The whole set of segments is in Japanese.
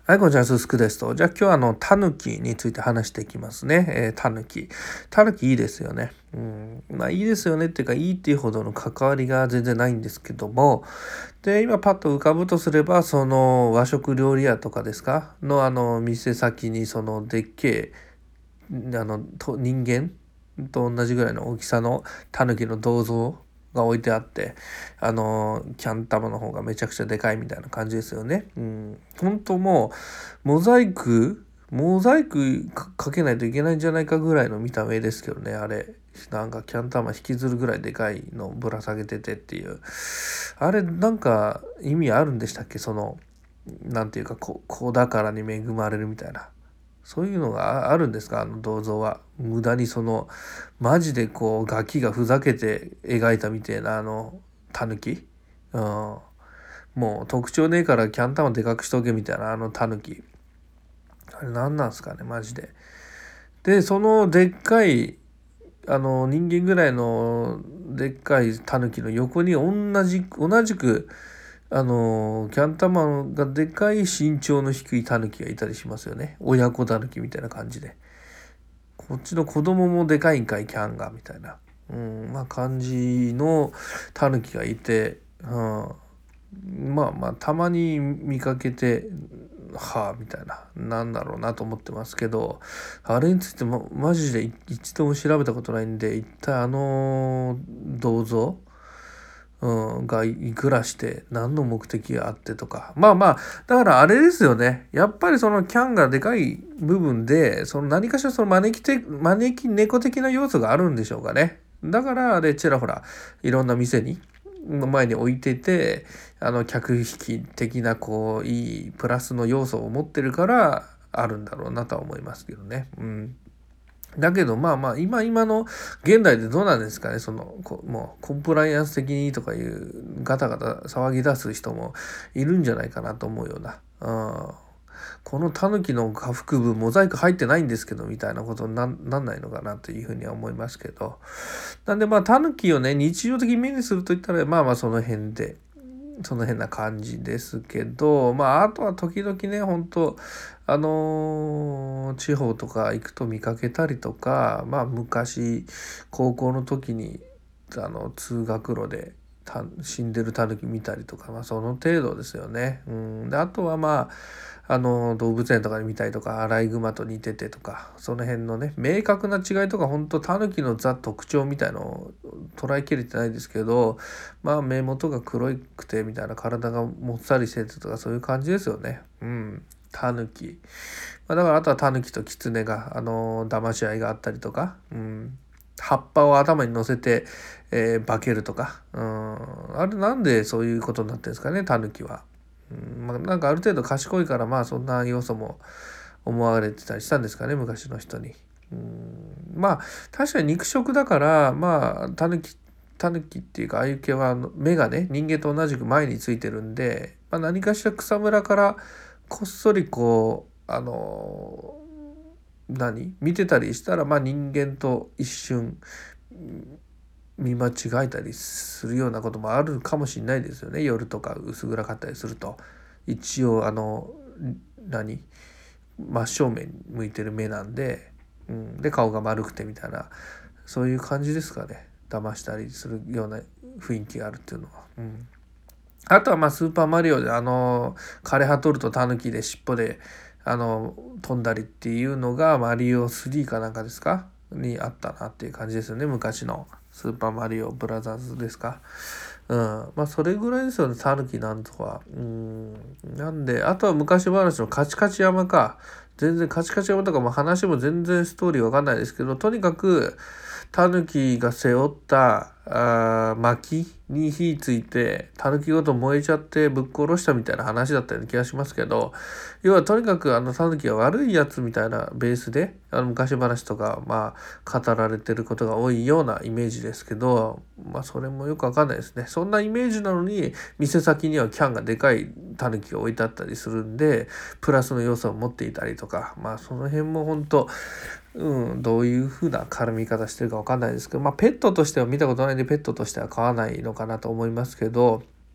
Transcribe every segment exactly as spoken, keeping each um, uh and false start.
はい、こんにちは、すすくですと。じゃあ今日はあの、タヌキについて話していきますね。えー、タヌキ。タヌキいいですよね。うん。まあいいですよねっていうか、いいっていうほどの関わりが全然ないんですけども、で、今パッと浮かぶとすれば、その和食料理屋とかですかのあの、店先にそのでっけえ、あの、と人間と同じぐらいの大きさのタヌキの銅像が置いてあって、あのキャン玉の方がめちゃくちゃでかいみたいな感じですよね。うん、本当もうモザイクモザイクかかけないといけないんじゃないかぐらいの見た目ですけどね、あれ。なんかキャン玉引きずるぐらいでかいのぶら下げててっていう、あれなんか意味あるんでしたっけ？そのなんていうか、子子宝に恵まれるみたいな、そういうのがあるんですか？あの銅像は無駄にそのマジでこうガキがふざけて描いたみたいなあのタヌキ、うん、もう特徴ねえからキャン玉でかくしとけみたいなあのタヌキ、あれ何なんすかねマジで。でそのでっかいあの人間ぐらいのでっかいタヌキの横に同じ同じくあのキャン玉がでかい身長の低いタヌキがいたりしますよね。親子タヌキみたいな感じで。こっちの子供もでかいんかいキャンがみたいな、うん、まあ感じのタヌキがいて、うん、まあまあたまに見かけてはあみたいな、なんだろうなと思ってますけど、あれについてもマジで一度も調べたことないんで、一体あの銅像、うん、がいくらして何の目的があってとか、まあまあだからあれですよね、やっぱりそのキャンがでかい部分でその何かしらその招きて招き猫的な要素があるんでしょうかね。だからあれちらほらいろんな店に前に置いてて、あの客引き的なこういいプラスの要素を持ってるからあるんだろうなとは思いますけどね。うん。だけどまあまあ今今の現代でどうなんですかね、そのこもうコンプライアンス的にとかいうガタガタ騒ぎ出す人もいるんじゃないかなと思うような、うん、このタヌキの下腹部モザイク入ってないんですけどみたいなことにななんないのかなというふうには思いますけど、なんでまあタヌキをね日常的に目にするといったらまあまあその辺で。その辺な感じですけど、まああとは時々ね本当あのー地方とか行くと見かけたりとか、まあ昔高校の時にあの通学路でた死んでるタヌキ見たりとか、まあその程度ですよね。うん、であとはまああの動物園とかで見たりとか、アライグマと似ててとか、その辺のね明確な違いとか、本当タヌキのザ特徴みたいのを捉えきれてないですけど、まあ目元が黒くてみたいな、体がもっさりしててとか、そういう感じですよね。うん、タヌキ、まあ、だからあとはタヌキとキツネがあの騙し合いがあったりとか、うん、葉っぱを頭に乗せて、えー化けるとか、うん、あれなんでそういうことになってるんですかねタヌキは。うん、まあ、なんかある程度賢いから、まあそんな要素も思われてたりしたんですかね昔の人に。うん、まあ確かに肉食だから、まあタヌキタヌキっていうかああいう系は目がね人間と同じく前についてるんで、まあ、何かしら草むらからこっそりこうあの何見てたりしたら、まあ人間と一瞬見間違えたりするようなこともあるかもしれないですよね。夜とか薄暗かったりすると一応あの何真正面向いてる目なんで、うん、で顔が丸くてみたいな、そういう感じですかね。騙したりするような雰囲気があるっていうのは。うん、あとはまあスーパーマリオであの枯葉取るとタヌキで尻尾であの飛んだりっていうのがマリオスリーかなんかですかにあったなっていう感じですよね。昔のスーパーマリオブラザーズですか。うん、まあそれぐらいですよねタヌキなんとは。うん、なんであとは昔話のカチカチ山か。全然カチカチ山とかも話も全然ストーリーわかんないですけど、とにかくタヌキが背負ったあ薪に火ついてタヌキごと燃えちゃってぶっ殺したみたいな話だったような気がしますけど、要はとにかくあのタヌキは悪いやつみたいなベースであの昔話とかまあ語られてることが多いようなイメージですけど、まあそれもよくわかんないですね。そんなイメージなのに店先にはキャンがでかいタヌキが置いてあったりするんで、プラスの要素を持っていたりとか、まあその辺も本当うん、どういう風な絡み方してるかわかんないですけど、まあペットとしては見たことないんでペットとしては飼わないのかなと思いますけど、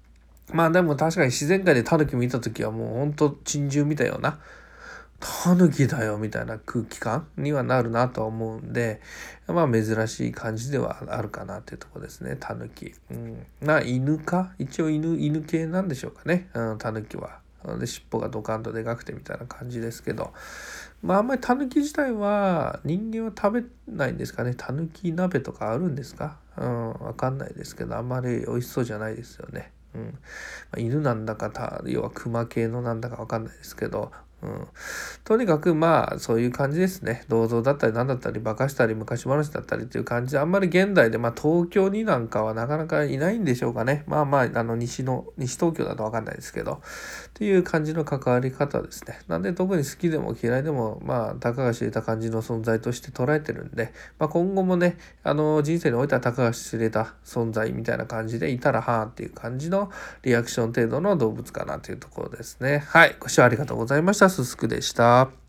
まあでも確かに自然界でタヌキ見た時はもうほんと珍獣見たような、タヌキだよみたいな空気感にはなるなとは思うんで、まあ珍しい感じではあるかなっていうところですね、タヌキ。うん。まあ犬か一応犬、犬系なんでしょうかね、うん、タヌキは。で尻尾がドカンとでかくてみたいな感じですけど、まああんまりタヌキ自体は人間は食べないんですかね。タヌキ鍋とかあるんですか？うん、わかんないですけど、あんまり美味しそうじゃないですよね。うん。まあ、犬なんだかた、要は熊系のなんだかわかんないですけど、うん、とにかくまあそういう感じですね。銅像だったり何だったり化かしたり昔話だったりっていう感じで、あんまり現代でまあ東京になんかはなかなかいないんでしょうかね。まあまああの西の西東京だと分かんないですけどっていう感じの関わり方ですね。なんで特に好きでも嫌いでもまあ高橋入れた感じの存在として捉えてるんで、まあ、今後もねあの人生においては高橋入れた存在みたいな感じでいたらはーっていう感じのリアクション程度の動物かなというところですね。はい、ご視聴ありがとうございました。すすくでした。